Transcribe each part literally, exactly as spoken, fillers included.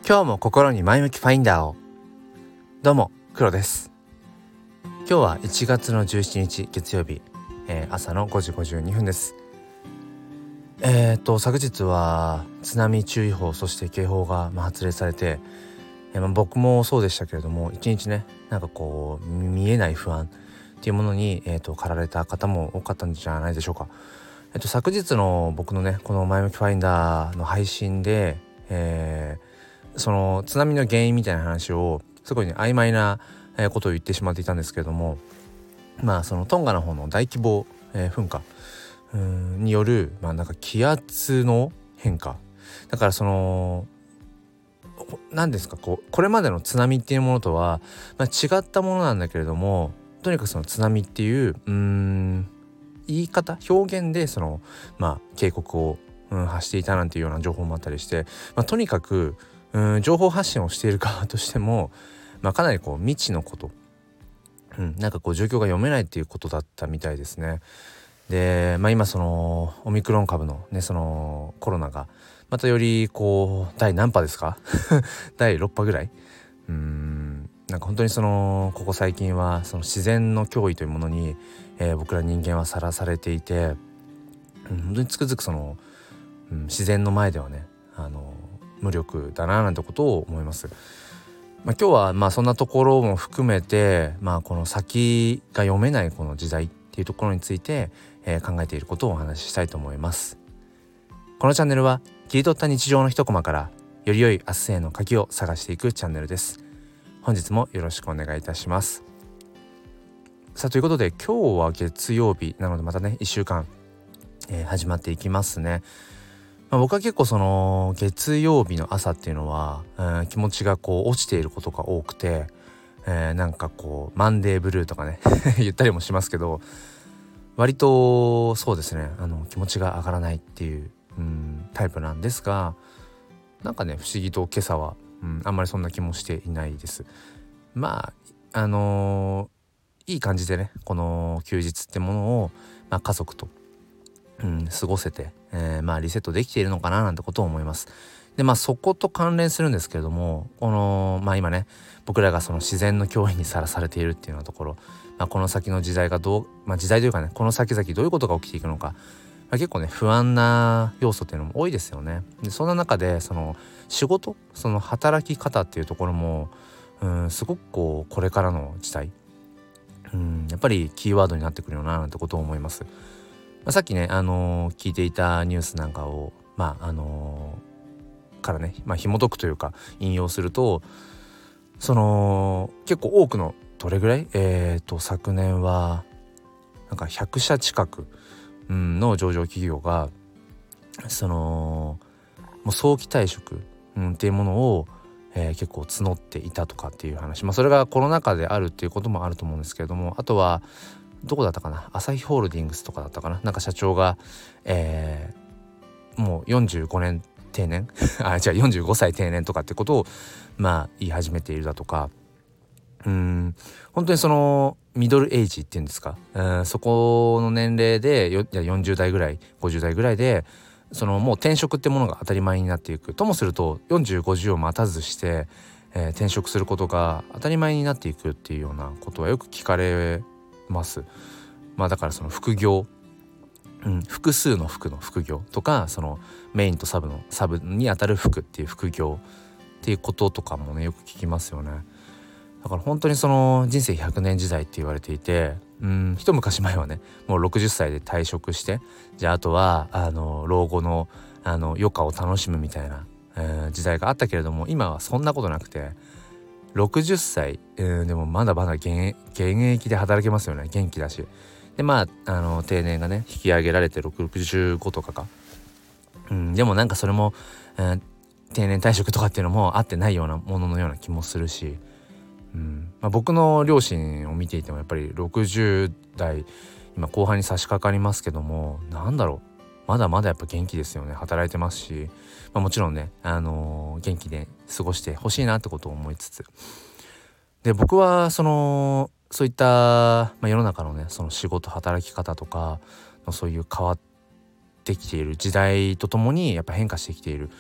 今日も心に前向きファインダーを。どうも黒です。今日はいちがつのじゅうしちにち月曜日、えー、朝のごじごじゅうにふんです。えーと昨日は津波注意報そして警報が、まあ、発令されて、えーまあ、僕もそうでしたけれども、一日ねなんかこう見えない不安っていうものに、えーと駆られた方も多かったんじゃないでしょうか。えっと昨日の僕のねこの前向きファインダーの配信で、えーその津波の原因みたいな話をすごいね曖昧なことを言ってしまっていたんですけれども、まあそのトンガの方の大規模、えー、噴火うーんによる、まあ、なんか気圧の変化だから、その何ですかこうこれまでの津波っていうものとは、まあ、違ったものなんだけれども、とにかくその津波っていううーん言い方表現でそのまあ警告を、うん、発していたなんていうような情報もあったりして、まあ、とにかくうん情報発信をしている側としても、まあ、かなりこう未知のこと、うん、なんかこう状況が読めないっていうことだったみたいですね。で、まあ、今そのオミクロン株のねそのコロナがまたよりこう第何波ですかだいろっぱぐらい、うーんなんか本当にそのここ最近はその自然の脅威というものに、えー、僕ら人間はさらされていて、うん、本当につくづくその、うん、自然の前ではねあの無力だななんてことを思います。まあ、今日はまあそんなところも含めて、まあ、この先が読めないこの時代っていうところについて、えー、考えていることをお話ししたいと思います。このチャンネルは切り取った日常の一コマからより良い明日への鍵を探していくチャンネルです。本日もよろしくお願いいたします。さあということで今日は月曜日なのでまたねいっしゅうかん、えー、始まっていきますね。まあ、僕は結構その月曜日の朝っていうのは、えー、気持ちがこう落ちていることが多くて、えー、なんかこうマンデーブルーとかね言ったりもしますけど、割とそうですねあの気持ちが上がらないっていう、うん、タイプなんですが、なんかね不思議と今朝は、うん、あんまりそんな気もしていないです。まああのー、いい感じでねこの休日ってものを、まあ、家族とうん、過ごせて、えー、まあリセットできているのかななんてことを思います。でまあそこと関連するんですけれども、このまあ今ね僕らがその自然の脅威にさらされているっていうようなところ、まあ、この先の時代がどう、まあ、時代というかねこの先々どういうことが起きていくのか、まあ、結構ね不安な要素っていうのも多いですよね。でそんな中でその仕事その働き方っていうところもうんすごくこうこれからの時代うんやっぱりキーワードになってくるよななんてことを思います。まあ、さっきね、あのー、聞いていたニュースなんかを、まああのー、からね、まあ、紐解くというか引用すると、その結構多くのどれぐらいえーと昨年はなんかひゃくしゃ近く、うん、の上場企業がそのもう早期退職、うん、っていうものを、えー、結構募っていたとかっていう話、まあ、それがコロナ禍であるっていうこともあると思うんですけれども、あとはどこだったかな、アサヒホールディングスとかだったかな、なんか社長が、えー、もうよんじゅうごねん定年あ違うよんじゅうごさい定年とかってことをまあ言い始めているだとか、うーん本当にそのミドルエイジっていうんですか、えー、そこの年齢でよよんじゅうだいぐらいごじゅうだいぐらいでそのもう転職ってものが当たり前になっていくともするとよんじゅう、ごじゅうを待たずして、えー、転職することが当たり前になっていくっていうようなことはよく聞かれます。まあだからその副業、うん、複数の副の副業とかそのメインとサブのサブに当たる副っていう副業っていうこととかもねよく聞きますよね。だから本当にその人生ひゃくねん時代って言われていて、うん一昔前はねもうろくじゅっさいで退職してじゃああとはあの老後のあの余暇を楽しむみたいな、えー、時代があったけれども、今はそんなことなくてろくじゅっさい、えー、でもまだまだ 現, 現役で働けますよね。元気だしでまああの定年がね引き上げられてろくじゅうごとかか、うん、でもなんかそれも、えー、定年退職とかっていうのも合ってないようなもののような気もするし、うんまあ、僕の両親を見ていてもやっぱりろくじゅうだい今後半に差し掛かりますけども、なんだろうまだまだやっぱ元気ですよね。働いてますし、まあ、もちろんね、あのー、元気で過ごしてほしいなってことを思いつつ、で僕はそのそういった、まあ、世の中のねその仕事働き方とかのそういう変わってきている時代とともにやっぱ変化してきている、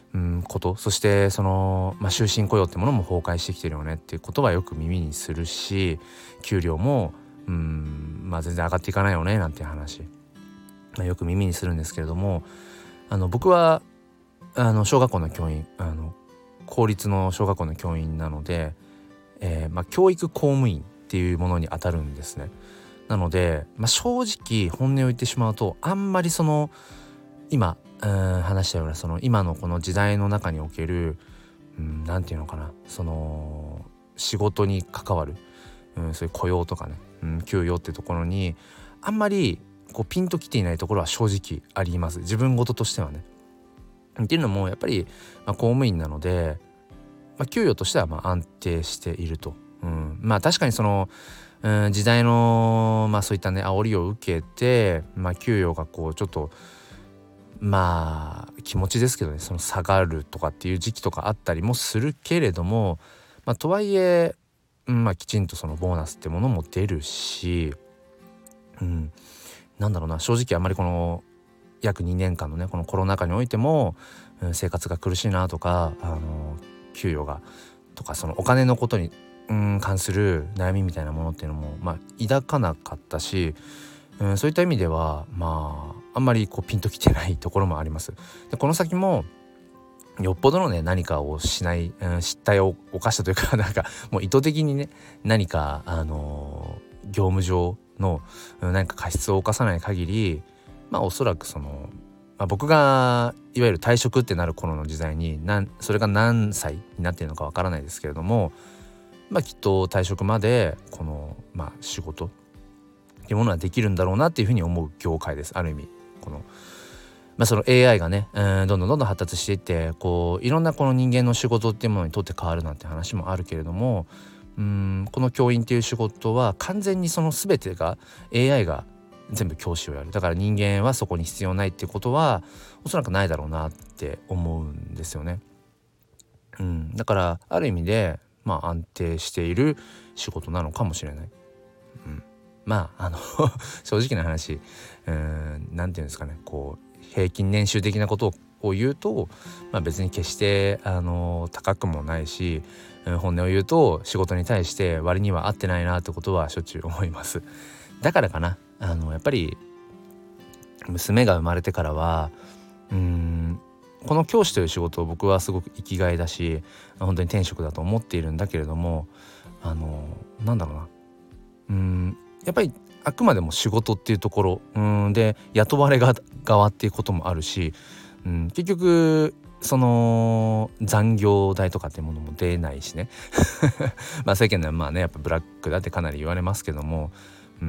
うん、ことそしてその、まあ、終身雇用ってものも崩壊してきてるよねっていうことはよく耳にするし、給料もうん、まあ、全然上がっていかないよねなんていう話、まあ、よく耳にするんですけれども、あの僕はあの小学校の教員、あの公立の小学校の教員なので、えーまあ、教育公務員っていうものに当たるんですね。なので、まあ、正直本音を言ってしまうと、あんまりその今うん話したようなその今のこの時代の中における、うん、なんていうのかな、その仕事に関わる、うん、そういう雇用とかね、うん、給与ってところにあんまりこうピンときていないところは正直あります、自分事としてはね。っていうのもやっぱり、まあ、公務員なので、まあ、給与としてはまあ安定していると、うん、まあ確かにその、うん、時代の、まあ、そういったね煽りを受けて、まあ、給与がこうちょっとまあ気持ちですけどね、その下がるとかっていう時期とかあったりもするけれども、まあ、とはいえ、うんまあ、きちんとそのボーナスってものも出るし、うん、なんだろうな、正直あんまりこの約にねんかんのねこのコロナ禍においても、うん、生活が苦しいなとか、あの給与がとかそのお金のことに、うん、関する悩みみたいなものっていうのも、まあ、抱かなかったし、うん、そういった意味ではまああんまりこうピンときてないところもあります。でこの先もよっぽどのね何かをしない、うん、失態を犯したというかなんかもう意図的にね何かあのー、業務上の、うん、何か過失を犯さない限り、まあおそらくその、まあ、僕がいわゆる退職ってなる頃の時代になんそれが何歳になっているのかわからないですけれども、まあきっと退職までこの、まあ、仕事っていうものはできるんだろうなっていうふうに思う業界です。ある意味この、まあ、その エーアイ がね、うん、どんどんどんどん発達していって、こういろんなこの人間の仕事っていうものにとって変わるなんて話もあるけれども、うんこの教員っていう仕事は完全にその全てが エーアイ が全部教師をやる。だから人間はそこに必要ないっていうことはおそらくないだろうなって思うんですよね。うん、だからある意味でまあ安定している仕事なのかもしれない。うん、まああの正直な話、うーんなんていうんですかね、こう平均年収的なことを言うと、まあ、別に決してあの高くもないし、うん、本音を言うと仕事に対して割には合ってないなってことはしょっちゅう思います。だからかな、あのやっぱり娘が生まれてからはうーんこの教師という仕事を僕はすごく生きがいだし本当に天職だと思っているんだけれども、あのなんだろうな、うーんやっぱりあくまでも仕事っていうところうんで雇われが側っていうこともあるし、うん、結局その残業代とかっていうものも出ないしねまあ世間ではまあねやっぱブラックだってかなり言われますけども、うん、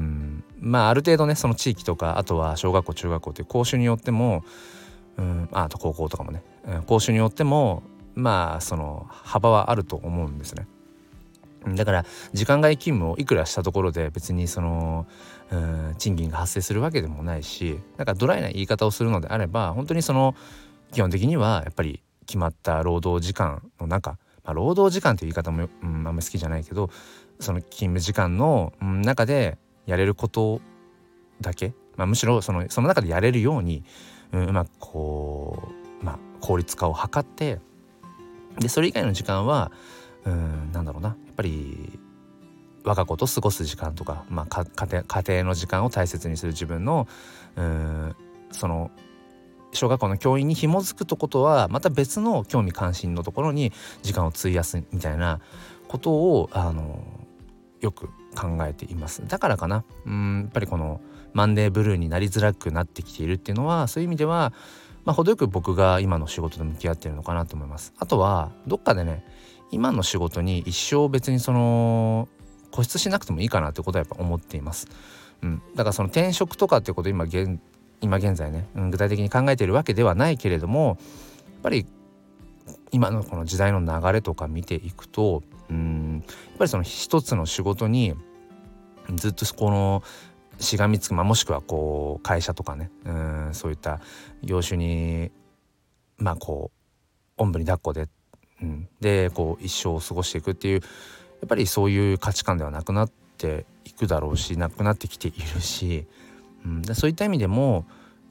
まあある程度ねその地域とかあとは小学校中学校っていう講習によっても、うん、あと高校とかもね、うん、講習によってもまあその幅はあると思うんですね。だから時間外勤務をいくらしたところで別にそのうん賃金が発生するわけでもないし、なんかドライな言い方をするのであれば本当にその基本的にはやっぱり決まった労働時間の中、まあ、労働時間という言い方も、うん、あんまり好きじゃないけどその勤務時間の、うん、中でやれることだけ、まあ、むしろそのその中でやれるように、うん、うまくこう、まあ、効率化を図ってでそれ以外の時間はうんなんだろうなやっぱり我が子と過ごす時間とか、まあ、家庭、家庭の時間を大切にする自分のうんその小学校の教員に紐づくとことはまた別の興味関心のところに時間を費やすみたいなことをあのよく考えています。だからかな、うんやっぱりこのマンデーブルーになりづらくなってきているっていうのはそういう意味では、まあ、程よく僕が今の仕事と向き合っているのかなと思います。あとはどっかでね今の仕事に一生別にその固執しなくてもいいかなってことはやっぱ思っています。うん、だからその転職とかってことを今現今現在ね、うん、具体的に考えているわけではないけれどもやっぱり今のこの時代の流れとか見ていくとうんやっぱりその一つの仕事にずっとこのしがみつく、まあ、もしくはこう会社とかねうんそういった業種にまあこうおんぶに抱っこで、うん、でこう一生を過ごしていくっていうやっぱりそういう価値観ではなくなっていくだろうしなくなってきているし、うん、でそういった意味でも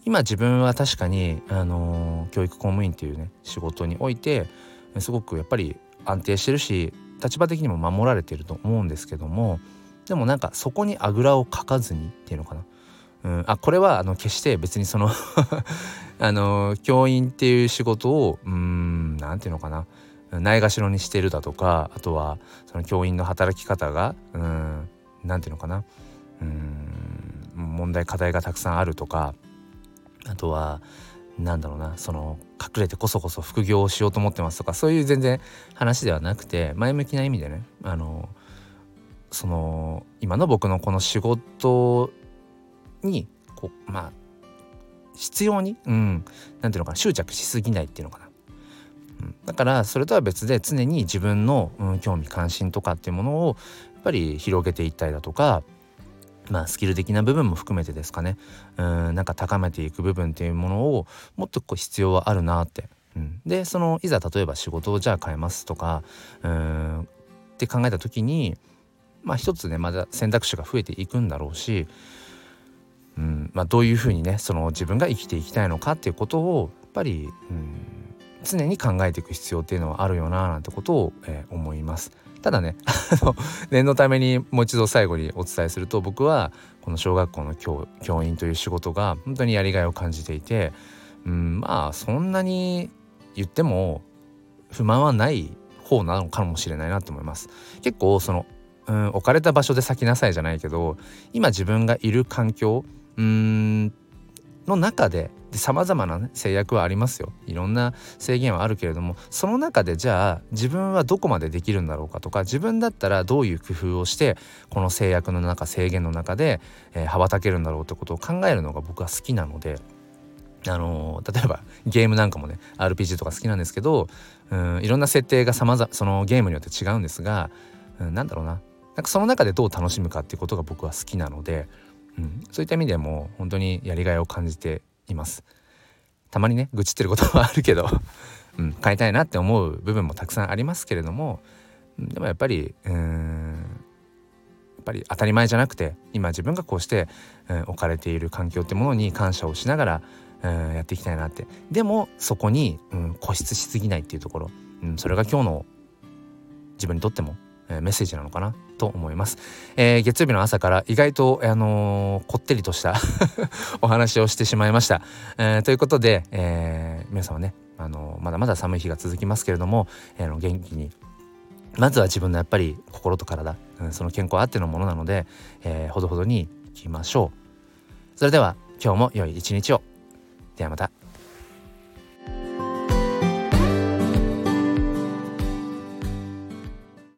今自分は確かに、あのー、教育公務員っていうね仕事においてすごくやっぱり安定してるし立場的にも守られていると思うんですけども、でもなんかそこにあぐらをかかずにっていうのかな、うん、あこれはあの決して別にそのあの教員っていう仕事をうーんなんていうのかなないがしろにしてるだとか、あとはその教員の働き方がうーんなんていうのかなうーん問題課題がたくさんあるとか、あとはなんだろうなその隠れてこそこそ副業をしようと思ってますとか、そういう全然話ではなくて、前向きな意味でねあのその今の僕のこの仕事にこうまあ必要にうんなんていうのかな執着しすぎないっていうのかな、うん、だからそれとは別で常に自分の、うん、興味関心とかっていうものをやっぱり広げていったりだとか、まあスキル的な部分も含めてですかね、うんなんか高めていく部分っていうものをもっとこう必要はあるなって、うん、でそのいざ例えば仕事をじゃあ変えますとかうんって考えた時にまあ一つねまだ選択肢が増えていくんだろうし、うんまあ、どういうふうにねその自分が生きていきたいのかっていうことをやっぱり、うん、常に考えていく必要っていうのはあるよななんてことを、えー、思います。ただねあの念のためにもう一度最後にお伝えすると、僕はこの小学校の 教, 教員という仕事が本当にやりがいを感じていて、うん、まあそんなに言っても不満はない方なのかもしれないなと思います。結構その、うん、置かれた場所で咲きなさいじゃないけど、今自分がいる環境うーんの中でさまざまな、ね、制約はありますよ。いろんな制限はあるけれども、その中でじゃあ自分はどこまでできるんだろうかとか、自分だったらどういう工夫をしてこの制約の中制限の中で、えー、羽ばたけるんだろうってことを考えるのが僕は好きなので、あのー、例えばゲームなんかもね アールピージー とか好きなんですけど、うんいろんな設定がさまざそのゲームによって違うんですが、うん、なんだろうななんかその中でどう楽しむかっていうことが僕は好きなので、うん、そういった意味でも本当にやりがいを感じています。たまにね愚痴ってることはあるけど、うん、変えたいなって思う部分もたくさんありますけれども、でもやっぱりうーんやっぱり当たり前じゃなくて、今自分がこうして、うん、置かれている環境ってものに感謝をしながら、うん、やっていきたいなって。でもそこに、うん、固執しすぎないっていうところ、うん、それが今日の自分にとってもメッセージなのかなと思います。えー、月曜日の朝から意外と、あのー、こってりとしたお話をしてしまいました。えー、ということで、えー、皆さんはね、あのー、まだまだ寒い日が続きますけれども、えー、元気にまずは自分のやっぱり心と体、うん、その健康あってのものなので、えー、ほどほどにいきましょう。それでは今日も良い一日を。ではまた。